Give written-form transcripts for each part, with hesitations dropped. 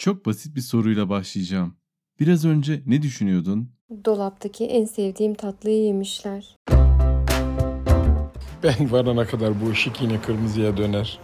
Çok basit bir soruyla başlayacağım. Biraz önce ne düşünüyordun? Dolaptaki en sevdiğim tatlıyı yemişler. Ben varana kadar bu ışık yine kırmızıya döner.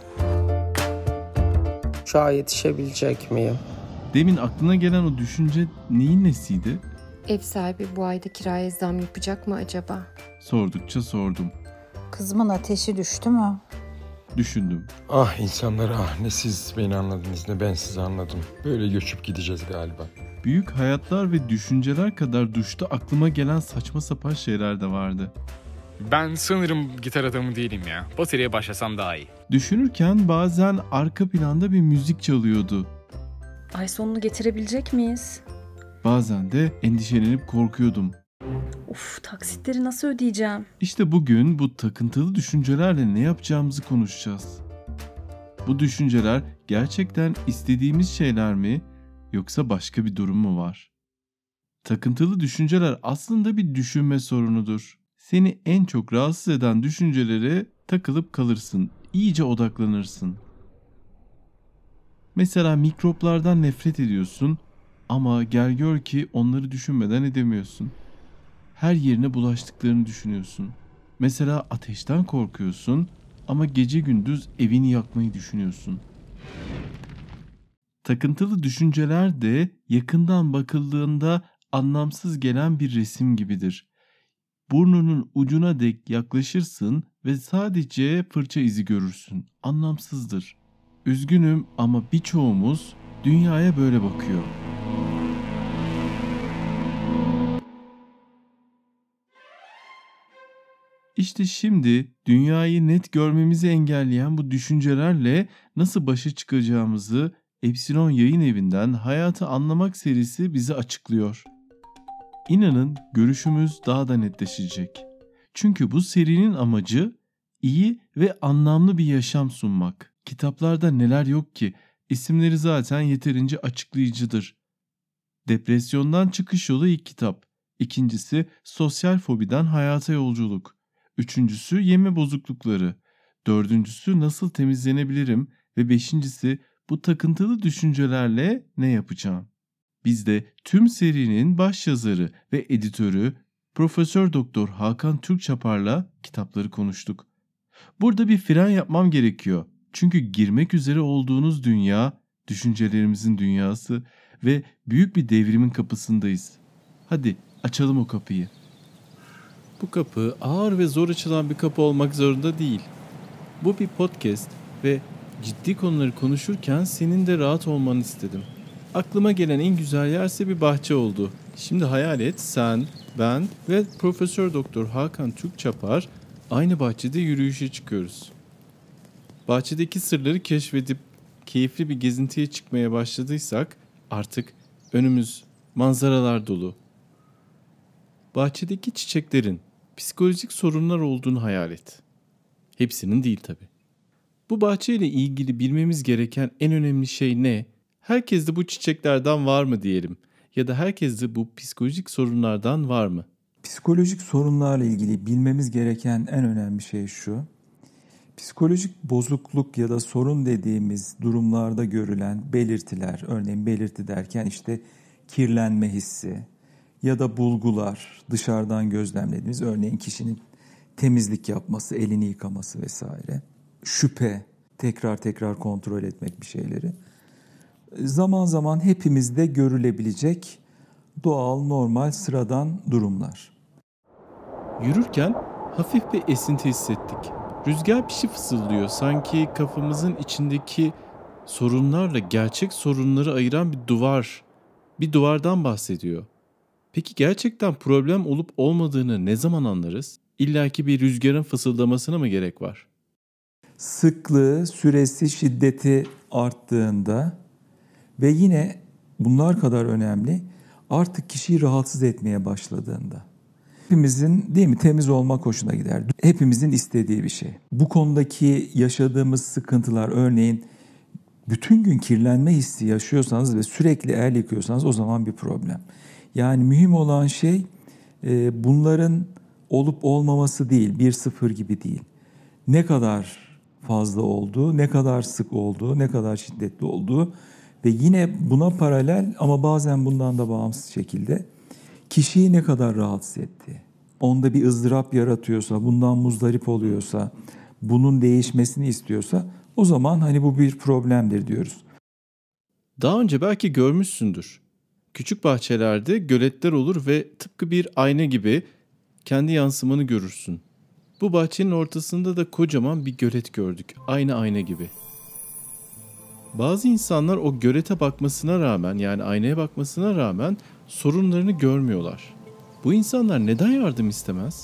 Uçağa yetişebilecek miyim? Demin aklına gelen o düşünce neyin nesiydi? Ev sahibi bu ayda kiraya zam yapacak mı acaba? Sordukça sordum. Kızımın ateşi düştü mü? Düşündüm. Ah insanlar ne siz beni anladınız ne ben sizi anladım. Böyle göçüp gideceğiz galiba. Büyük hayatlar ve düşünceler kadar duşta aklıma gelen saçma sapan şeyler de vardı. Ben sanırım gitar adamı değilim ya. Bataryaya başlasam daha iyi. Düşünürken bazen arka planda bir müzik çalıyordu. Ay sonunu getirebilecek miyiz? Bazen de endişelenip korkuyordum. Uf, taksitleri nasıl ödeyeceğim? İşte bugün bu takıntılı düşüncelerle ne yapacağımızı konuşacağız. Bu düşünceler gerçekten istediğimiz şeyler mi yoksa başka bir durum mu var? Takıntılı düşünceler aslında bir düşünme sorunudur. Seni en çok rahatsız eden düşüncelere takılıp kalırsın, iyice odaklanırsın. Mesela mikroplardan nefret ediyorsun ama gel gör ki onları düşünmeden edemiyorsun. Her yerine bulaştıklarını düşünüyorsun. Mesela ateşten korkuyorsun ama gece gündüz evini yakmayı düşünüyorsun. Takıntılı düşünceler de yakından bakıldığında anlamsız gelen bir resim gibidir. Burnunun ucuna dek yaklaşırsın ve sadece fırça izi görürsün. Anlamsızdır. Üzgünüm ama birçoğumuz dünyaya böyle bakıyor. İşte şimdi dünyayı net görmemizi engelleyen bu düşüncelerle nasıl başa çıkacağımızı Epsilon Yayın Evi'nden Hayatı Anlamak serisi bize açıklıyor. İnanın görüşümüz daha da netleşecek. Çünkü bu serinin amacı iyi ve anlamlı bir yaşam sunmak. Kitaplarda neler yok ki? İsimleri zaten yeterince açıklayıcıdır. Depresyondan Çıkış Yolu ilk kitap. İkincisi Sosyal Fobiden Hayata Yolculuk. Üçüncüsü Yeme Bozuklukları. Dördüncüsü Nasıl Temizlenebilirim ve beşincisi Bu Takıntılı Düşüncelerle Ne Yapacağım? Biz de tüm serinin başyazarı ve editörü Profesör Doktor Hakan Türkçapar'la kitapları konuştuk. Burada bir fren yapmam gerekiyor. Çünkü girmek üzere olduğunuz dünya, düşüncelerimizin dünyası ve büyük bir devrimin kapısındayız. Hadi açalım o kapıyı. Bu kapı ağır ve zor açılan bir kapı olmak zorunda değil. Bu bir podcast ve ciddi konuları konuşurken senin de rahat olmanı istedim. Aklıma gelen en güzel yerse bir bahçe oldu. Şimdi hayal et, sen, ben ve Profesör Doktor Hakan Türkçapar aynı bahçede yürüyüşe çıkıyoruz. Bahçedeki sırları keşfedip keyifli bir gezintiye çıkmaya başladıysak artık önümüz manzaralar dolu. Bahçedeki çiçeklerin psikolojik sorunlar olduğunu hayal et. Hepsinin değil tabii. Bu bahçeyle ilgili bilmemiz gereken en önemli şey ne? Herkeste bu çiçeklerden var mı diyelim? Ya da herkeste bu psikolojik sorunlardan var mı? Psikolojik sorunlarla ilgili bilmemiz gereken en önemli şey şu. Psikolojik bozukluk ya da sorun dediğimiz durumlarda görülen belirtiler, örneğin belirti derken işte kirlenme hissi ya da bulgular, dışarıdan gözlemlediğimiz, örneğin kişinin temizlik yapması, elini yıkaması vesaire. Şüphe, tekrar kontrol etmek bir şeyleri. Zaman zaman hepimizde görülebilecek doğal, normal, sıradan durumlar. Yürürken hafif bir esinti hissettik. Rüzgar bir şey fısıldıyor. Sanki kafamızın içindeki sorunlarla gerçek sorunları ayıran bir duvardan bahsediyor. Peki gerçekten problem olup olmadığını ne zaman anlarız? İlla ki bir rüzgarın fısıldamasına mı gerek var? Sıklığı, süresi, şiddeti arttığında ve yine bunlar kadar önemli, artık kişiyi rahatsız etmeye başladığında. Hepimizin, değil mi, temiz olmak hoşuna gider. Hepimizin istediği bir şey. Bu konudaki yaşadığımız sıkıntılar, örneğin bütün gün kirlenme hissi yaşıyorsanız ve sürekli el yıkıyorsanız, o zaman bir problem. Yani mühim olan şey bunların olup olmaması değil, 1-0 gibi değil. Ne kadar fazla olduğu, ne kadar sık olduğu, ne kadar şiddetli olduğu Ve yine buna paralel ama bazen bundan da bağımsız şekilde kişiyi ne kadar rahatsız ettiği, onda bir ızdırap yaratıyorsa, bundan muzdarip oluyorsa, bunun değişmesini istiyorsa o zaman hani bu bir problemdir diyoruz. Daha önce belki görmüşsündür. Küçük bahçelerde göletler olur ve tıpkı bir ayna gibi kendi yansımanı görürsün. Bu bahçenin ortasında da kocaman bir gölet gördük. Aynı ayna gibi. Bazı insanlar o gölete bakmasına rağmen, yani aynaya bakmasına rağmen sorunlarını görmüyorlar. Bu insanlar neden yardım istemez?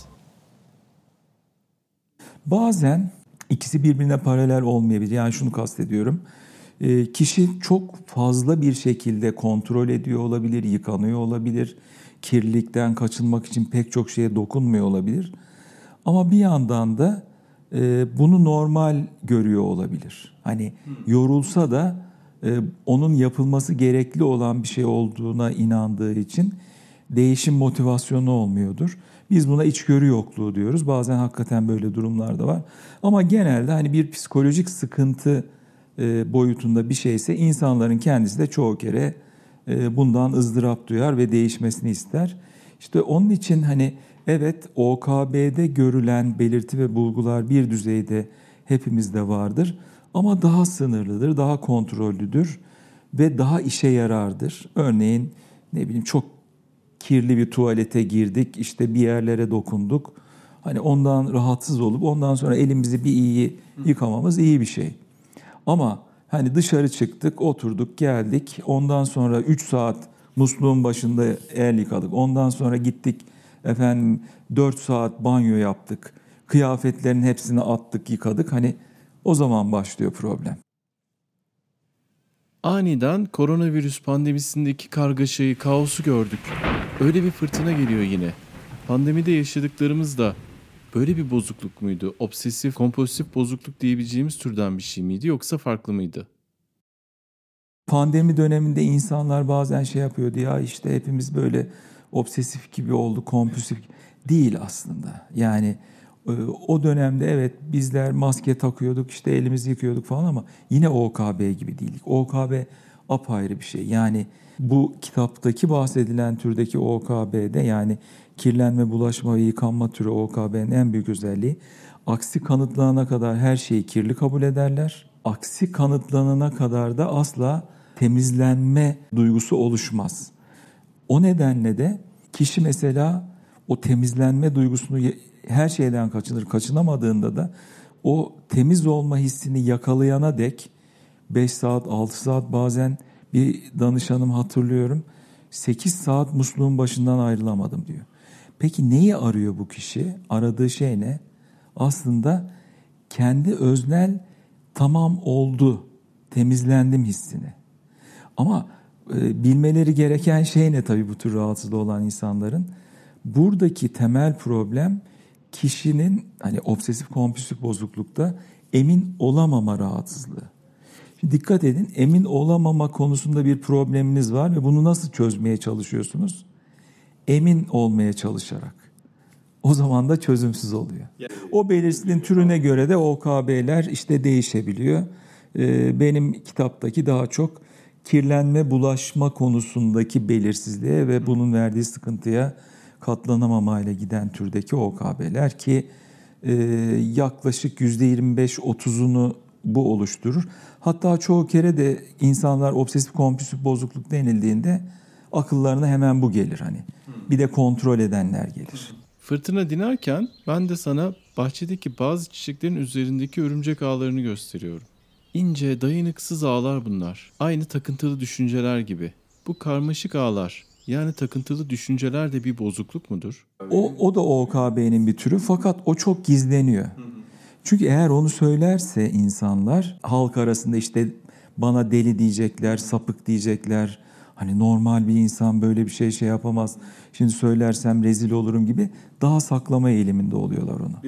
Bazen ikisi birbirine paralel olmayabilir. Yani şunu kastediyorum. Kişi çok fazla bir şekilde kontrol ediyor olabilir, yıkanıyor olabilir. Kirlilikten kaçınmak için pek çok şeye dokunmuyor olabilir. Ama bir yandan da bunu normal görüyor olabilir. Hani yorulsa da onun yapılması gerekli olan bir şey olduğuna inandığı için değişim motivasyonu olmuyordur. Biz buna içgörü yokluğu diyoruz. Bazen hakikaten böyle durumlar da var. Ama genelde hani bir psikolojik sıkıntı boyutunda bir şeyse insanların kendisi de çoğu kere bundan ızdırap duyar ve değişmesini ister. İşte onun için hani evet OKB'de görülen belirti ve bulgular bir düzeyde hepimizde vardır. Ama daha sınırlıdır, daha kontrollüdür ve daha işe yarardır. Örneğin ne bileyim çok kirli bir tuvalete girdik, işte bir yerlere dokunduk. Hani ondan rahatsız olup ondan sonra elimizi bir iyi yıkamamız iyi bir şey. Ama hani dışarı çıktık, oturduk, geldik. Ondan sonra 3 saat musluğun başında el yıkadık. Ondan sonra gittik 4 saat banyo yaptık. Kıyafetlerin hepsini attık, yıkadık. Hani o zaman başlıyor problem. Aniden koronavirüs pandemisindeki kargaşayı, kaosu gördük. Öyle bir fırtına geliyor yine. Pandemide yaşadıklarımız da böyle bir bozukluk muydu? Obsesif, kompulsif bozukluk diyebileceğimiz türden bir şey miydi yoksa farklı mıydı? Pandemi döneminde insanlar bazen şey yapıyordu ya işte hepimiz böyle obsesif gibi oldu, kompulsif değil aslında. Yani o dönemde evet bizler maske takıyorduk, işte elimizi yıkıyorduk falan ama yine OKB gibi değildik. OKB apayrı bir şey. Yani bu kitaptaki bahsedilen türdeki OKB'de yani kirlenme, bulaşma ve yıkanma türü OKB'nin en büyük özelliği aksi kanıtlanana kadar her şeyi kirli kabul ederler. Aksi kanıtlanana kadar da asla temizlenme duygusu oluşmaz. O nedenle de kişi mesela o temizlenme duygusunu her şeyden kaçınır. Kaçınamadığında da o temiz olma hissini yakalayana dek 5 saat, 6 saat bazen bir danışanım hatırlıyorum 8 saat musluğun başından ayrılamadım diyor. Peki neyi arıyor bu kişi? Aradığı şey ne? Aslında kendi öznel tamam oldu, temizlendim hissini. Ama bilmeleri gereken şey ne tabii bu tür rahatsızlığı olan insanların? Buradaki temel problem kişinin hani obsesif kompulsif bozuklukta emin olamama rahatsızlığı. Şimdi dikkat edin, emin olamama konusunda bir probleminiz var ve bunu nasıl çözmeye çalışıyorsunuz? Emin olmaya çalışarak. O zaman da çözümsüz oluyor. O belirsizliğin türüne göre de OKB'ler işte değişebiliyor. Benim kitaptaki daha çok kirlenme, bulaşma konusundaki belirsizliğe ve bunun verdiği sıkıntıya katlanamamayla giden türdeki OKB'ler ki yaklaşık %25-30'unu bu oluşturur. Hatta çoğu kere de insanlar obsesif kompulsif bozukluk denildiğinde akıllarına hemen bu gelir hani. Bir de kontrol edenler gelir. Fırtına dinerken ben de sana bahçedeki bazı çiçeklerin üzerindeki örümcek ağlarını gösteriyorum. İnce, dayanıksız ağlar bunlar. Aynı takıntılı düşünceler gibi. Bu karmaşık ağlar, yani takıntılı düşünceler de bir bozukluk mudur? O da OKB'nin bir türü fakat o çok gizleniyor. Çünkü eğer onu söylerse insanlar halk arasında işte bana deli diyecekler, sapık diyecekler. Hani normal bir insan böyle bir şey yapamaz. Şimdi söylersem rezil olurum gibi daha saklama eğiliminde oluyorlar onu.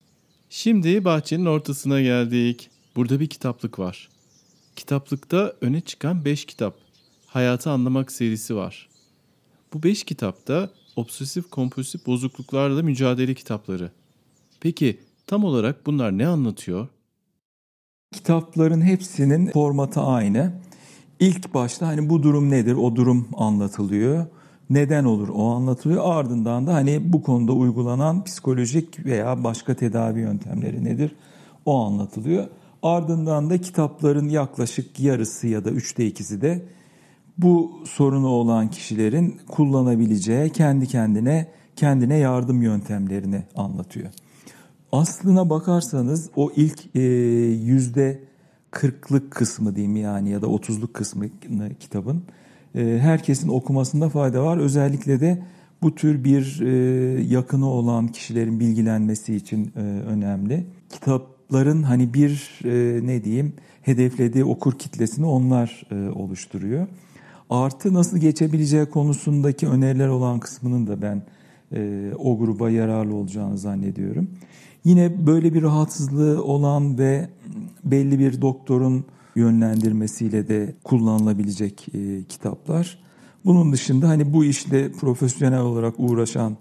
Şimdi bahçenin ortasına geldik. Burada bir kitaplık var. Kitaplıkta öne çıkan 5 kitap. Hayatı Anlamak serisi var. Bu 5 kitapta obsesif kompulsif bozukluklarla mücadele kitapları. Peki tam olarak bunlar ne anlatıyor? Kitapların hepsinin formatı aynı. İlk başta hani bu durum nedir? O durum anlatılıyor. Neden olur? O anlatılıyor. Ardından da hani bu konuda uygulanan psikolojik veya başka tedavi yöntemleri nedir? O anlatılıyor. Ardından da kitapların yaklaşık yarısı ya da 2/3'ü de bu sorunu olan kişilerin kullanabileceği kendine yardım yöntemlerini anlatıyor. Aslına bakarsanız o ilk %40'lık kısmı diyeyim yani ya da 30'luk kısmı kitabın herkesin okumasında fayda var. Özellikle de bu tür bir yakını olan kişilerin bilgilenmesi için önemli. Kitapların hani bir hedeflediği okur kitlesini onlar oluşturuyor. Artı nasıl geçebileceği konusundaki öneriler olan kısmının da ben o gruba yararlı olacağını zannediyorum. Yine böyle bir rahatsızlığı olan ve belli bir doktorun yönlendirmesiyle de kullanılabilecek kitaplar. Bunun dışında hani bu işle profesyonel olarak uğraşan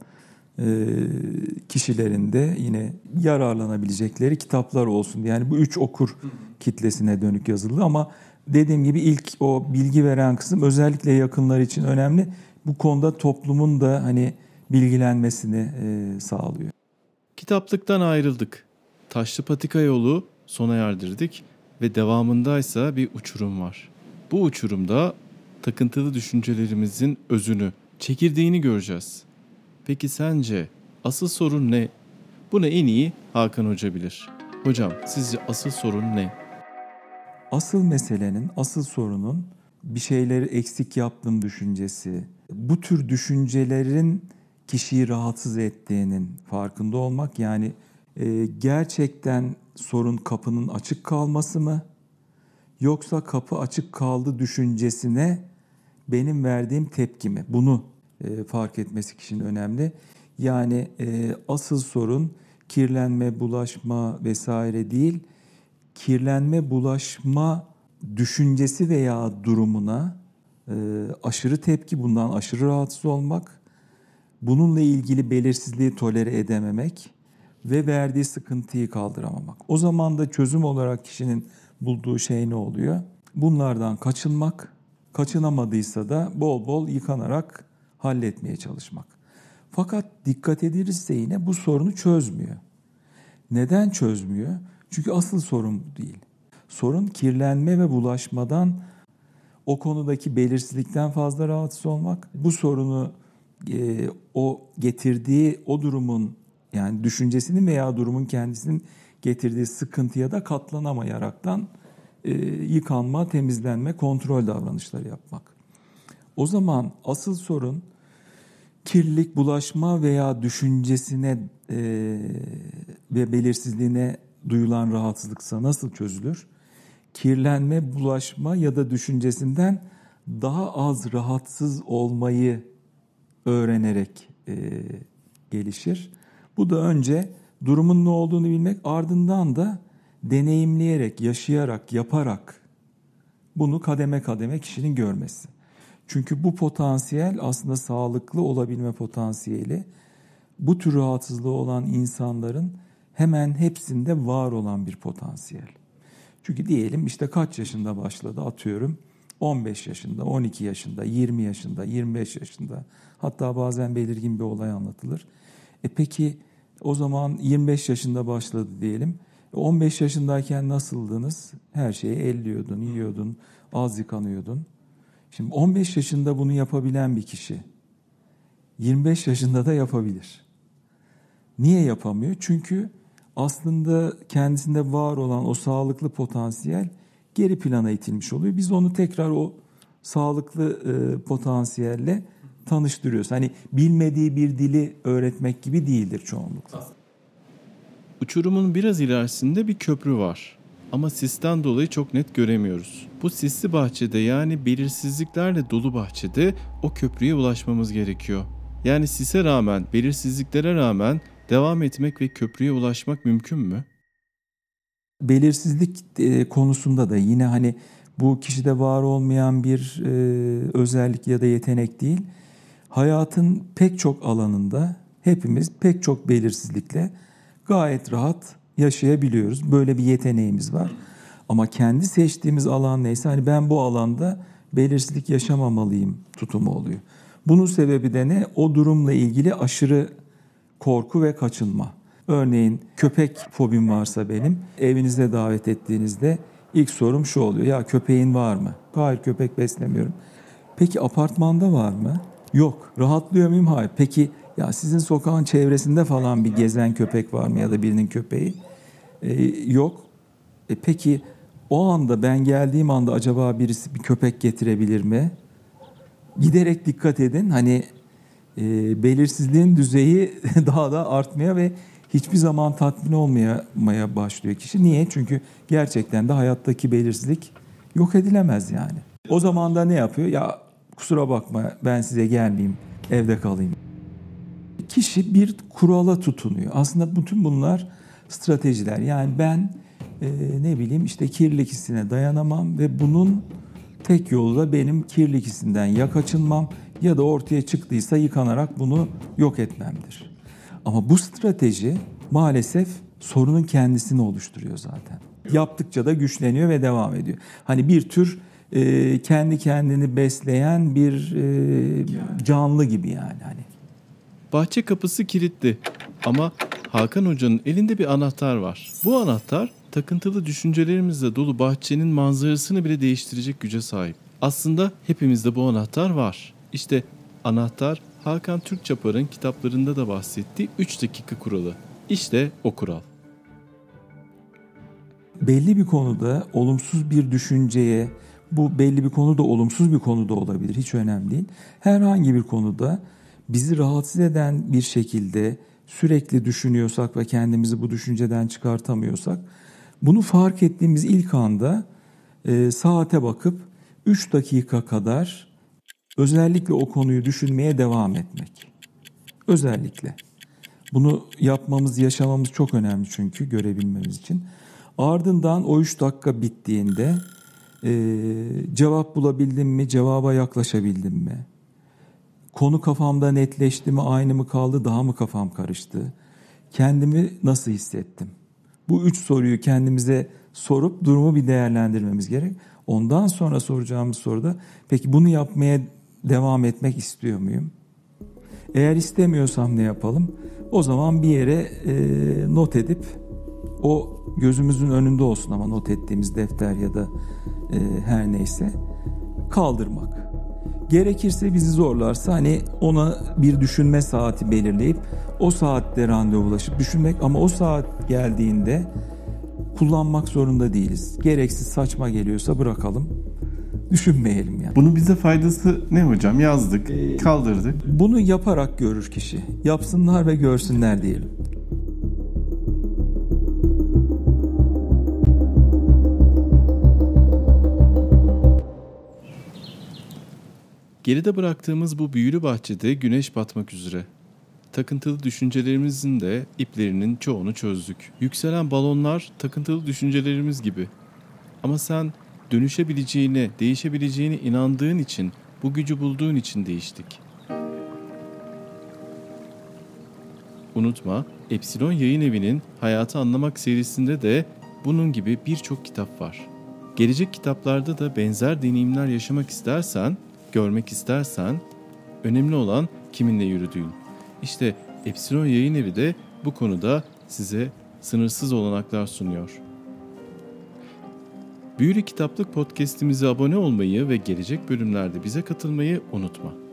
kişilerin de yine yararlanabilecekleri kitaplar olsun. Yani bu 3 okur kitlesine dönük yazıldı ama dediğim gibi ilk o bilgi veren kısım özellikle yakınlar için önemli. Bu konuda toplumun da hani bilgilenmesini sağlıyor. Kitaplıktan ayrıldık. Taşlı patika yolu sona erdirdik ve devamındaysa bir uçurum var. Bu uçurumda takıntılı düşüncelerimizin özünü, çekirdeğini göreceğiz. Peki sence asıl sorun ne? Bunu en iyi Hakan Hoca bilir. Hocam sizce asıl sorun ne? Asıl meselenin, asıl sorunun bir şeyleri eksik yaptığım düşüncesi. Bu tür düşüncelerin kişiyi rahatsız ettiğinin farkında olmak. Yani gerçekten sorun kapının açık kalması mı? Yoksa kapı açık kaldı düşüncesine benim verdiğim tepki mi? Bunu fark etmesi kişinin önemli. Yani asıl sorun kirlenme, bulaşma vesaire değil. Kirlenme, bulaşma düşüncesi veya durumuna aşırı tepki, bundan aşırı rahatsız olmak, bununla ilgili belirsizliği tolere edememek ve verdiği sıkıntıyı kaldıramamak. O zaman da çözüm olarak kişinin bulduğu şey ne oluyor? Bunlardan kaçınmak, kaçınamadıysa da bol bol yıkanarak halletmeye çalışmak. Fakat dikkat edilirse yine bu sorunu çözmüyor. Neden çözmüyor? Çünkü asıl sorun bu değil. Sorun kirlenme ve bulaşmadan, o konudaki belirsizlikten fazla rahatsız olmak. Bu sorunu o getirdiği o durumun, yani düşüncesinin veya durumun kendisinin getirdiği sıkıntıya da katlanamayaraktan yıkanma, temizlenme, kontrol davranışları yapmak. O zaman asıl sorun kirlilik, bulaşma veya düşüncesine ve belirsizliğine duyulan rahatsızlıksa nasıl çözülür? Kirlenme, bulaşma ya da düşüncesinden daha az rahatsız olmayı öğrenerek gelişir. Bu da önce durumun ne olduğunu bilmek, ardından da deneyimleyerek, yaşayarak, yaparak bunu kademe kademe kişinin görmesi. Çünkü bu potansiyel aslında sağlıklı olabilme potansiyeli bu tür rahatsızlığı olan insanların hemen hepsinde var olan bir potansiyel. Çünkü diyelim işte kaç yaşında başladı, atıyorum 15 yaşında, 12 yaşında, 20 yaşında, 25 yaşında, hatta bazen belirgin bir olay anlatılır. Peki o zaman 25 yaşında başladı diyelim. 15 yaşındayken nasıldınız? Her şeyi elliyordun, yiyordun, az yıkanıyordun. Şimdi 15 yaşında bunu yapabilen bir kişi 25 yaşında da yapabilir. Niye yapamıyor? Çünkü aslında kendisinde var olan o sağlıklı potansiyel geri plana itilmiş oluyor. Biz onu tekrar o sağlıklı potansiyelle tanıştırıyoruz. Hani bilmediği bir dili öğretmek gibi değildir çoğunlukla. Uçurumun biraz ilerisinde bir köprü var. Ama sisten dolayı çok net göremiyoruz. Bu sisli bahçede, yani belirsizliklerle dolu bahçede o köprüye ulaşmamız gerekiyor. Yani sise rağmen, belirsizliklere rağmen devam etmek ve köprüye ulaşmak mümkün mü? Belirsizlik konusunda da yine hani bu kişide var olmayan bir özellik ya da yetenek değil. Hayatın pek çok alanında hepimiz pek çok belirsizlikle gayet rahat yaşayabiliyoruz. Böyle bir yeteneğimiz var. Ama kendi seçtiğimiz alan neyse hani ben bu alanda belirsizlik yaşamamalıyım tutumu oluyor. Bunun sebebi de ne? O durumla ilgili aşırı korku ve kaçınma. Örneğin köpek fobim varsa benim, evinize davet ettiğinizde ilk sorum şu oluyor. Ya köpeğin var mı? Hayır, köpek beslemiyorum. Peki apartmanda var mı? Yok. Rahatlıyor muyum? Hayır. Peki ya sizin sokağın çevresinde falan bir gezen köpek var mı ya da birinin köpeği? Yok. Peki o anda ben geldiğim anda acaba birisi bir köpek getirebilir mi? Giderek dikkat edin. Hani belirsizliğin düzeyi daha da artmaya ve hiçbir zaman tatmin olmaya başlıyor kişi. Niye? Çünkü gerçekten de hayattaki belirsizlik yok edilemez yani. O zaman da ne yapıyor? Ya kusura bakma ben size gelmeyeyim, evde kalayım. Kişi bir kurala tutunuyor. Aslında bütün bunlar stratejiler. Yani ben işte kirlilik hissine dayanamam ve bunun tek yolu da benim kirlilik hissinden ya kaçınmam ya da ortaya çıktıysa yıkanarak bunu yok etmemdir. Ama bu strateji maalesef sorunun kendisini oluşturuyor zaten. Yaptıkça da güçleniyor ve devam ediyor. Hani bir tür kendi kendini besleyen bir canlı gibi yani. Hani. Bahçe kapısı kilitli ama Hakan Hoca'nın elinde bir anahtar var. Bu anahtar takıntılı düşüncelerimizle dolu bahçenin manzarasını bile değiştirecek güce sahip. Aslında hepimizde bu anahtar var. İşte anahtar Hakan Türkçapar'ın kitaplarında da bahsettiği 3 dakika kuralı. İşte o kural. Belli bir konuda olumsuz bir düşünceye, bu belli bir konuda olumsuz bir konuda olabilir, hiç önemli değil. Herhangi bir konuda bizi rahatsız eden bir şekilde sürekli düşünüyorsak ve kendimizi bu düşünceden çıkartamıyorsak, bunu fark ettiğimiz ilk anda saate bakıp 3 dakika kadar özellikle o konuyu düşünmeye devam etmek. Özellikle. Bunu yapmamız, yaşamamız çok önemli çünkü görebilmemiz için. Ardından o 3 dakika bittiğinde cevap bulabildim mi, cevaba yaklaşabildim mi? Konu kafamda netleşti mi, aynı mı kaldı, daha mı kafam karıştı? Kendimi nasıl hissettim? Bu 3 soruyu kendimize sorup durumu bir değerlendirmemiz gerek. Ondan sonra soracağımız soruda peki bunu yapmaya devam etmek istiyor muyum? Eğer istemiyorsam ne yapalım? O zaman bir yere not edip o gözümüzün önünde olsun ama not ettiğimiz defter ya da her neyse kaldırmak. Gerekirse bizi zorlarsa hani ona bir düşünme saati belirleyip o saatte randevulaşıp düşünmek ama o saat geldiğinde kullanmak zorunda değiliz. Gereksiz saçma geliyorsa bırakalım. Düşünmeyelim yani. Bunun bize faydası ne hocam? Yazdık, kaldırdık. Bunu yaparak görür kişi. Yapsınlar ve görsünler diyelim. Geride bıraktığımız bu büyülü bahçede güneş batmak üzere. Takıntılı düşüncelerimizin de iplerinin çoğunu çözdük. Yükselen balonlar takıntılı düşüncelerimiz gibi. Ama sen dönüşebileceğine, değişebileceğine inandığın için, bu gücü bulduğun için değiştik. Unutma, Epsilon Yayın Evi'nin Hayatı Anlamak serisinde de bunun gibi birçok kitap var. Gelecek kitaplarda da benzer deneyimler yaşamak istersen, görmek istersen, önemli olan kiminle yürüdüğün. İşte Epsilon Yayın Evi de bu konuda size sınırsız olanaklar sunuyor. Büyülü Kitaplık podcast'imize abone olmayı ve gelecek bölümlerde bize katılmayı unutma.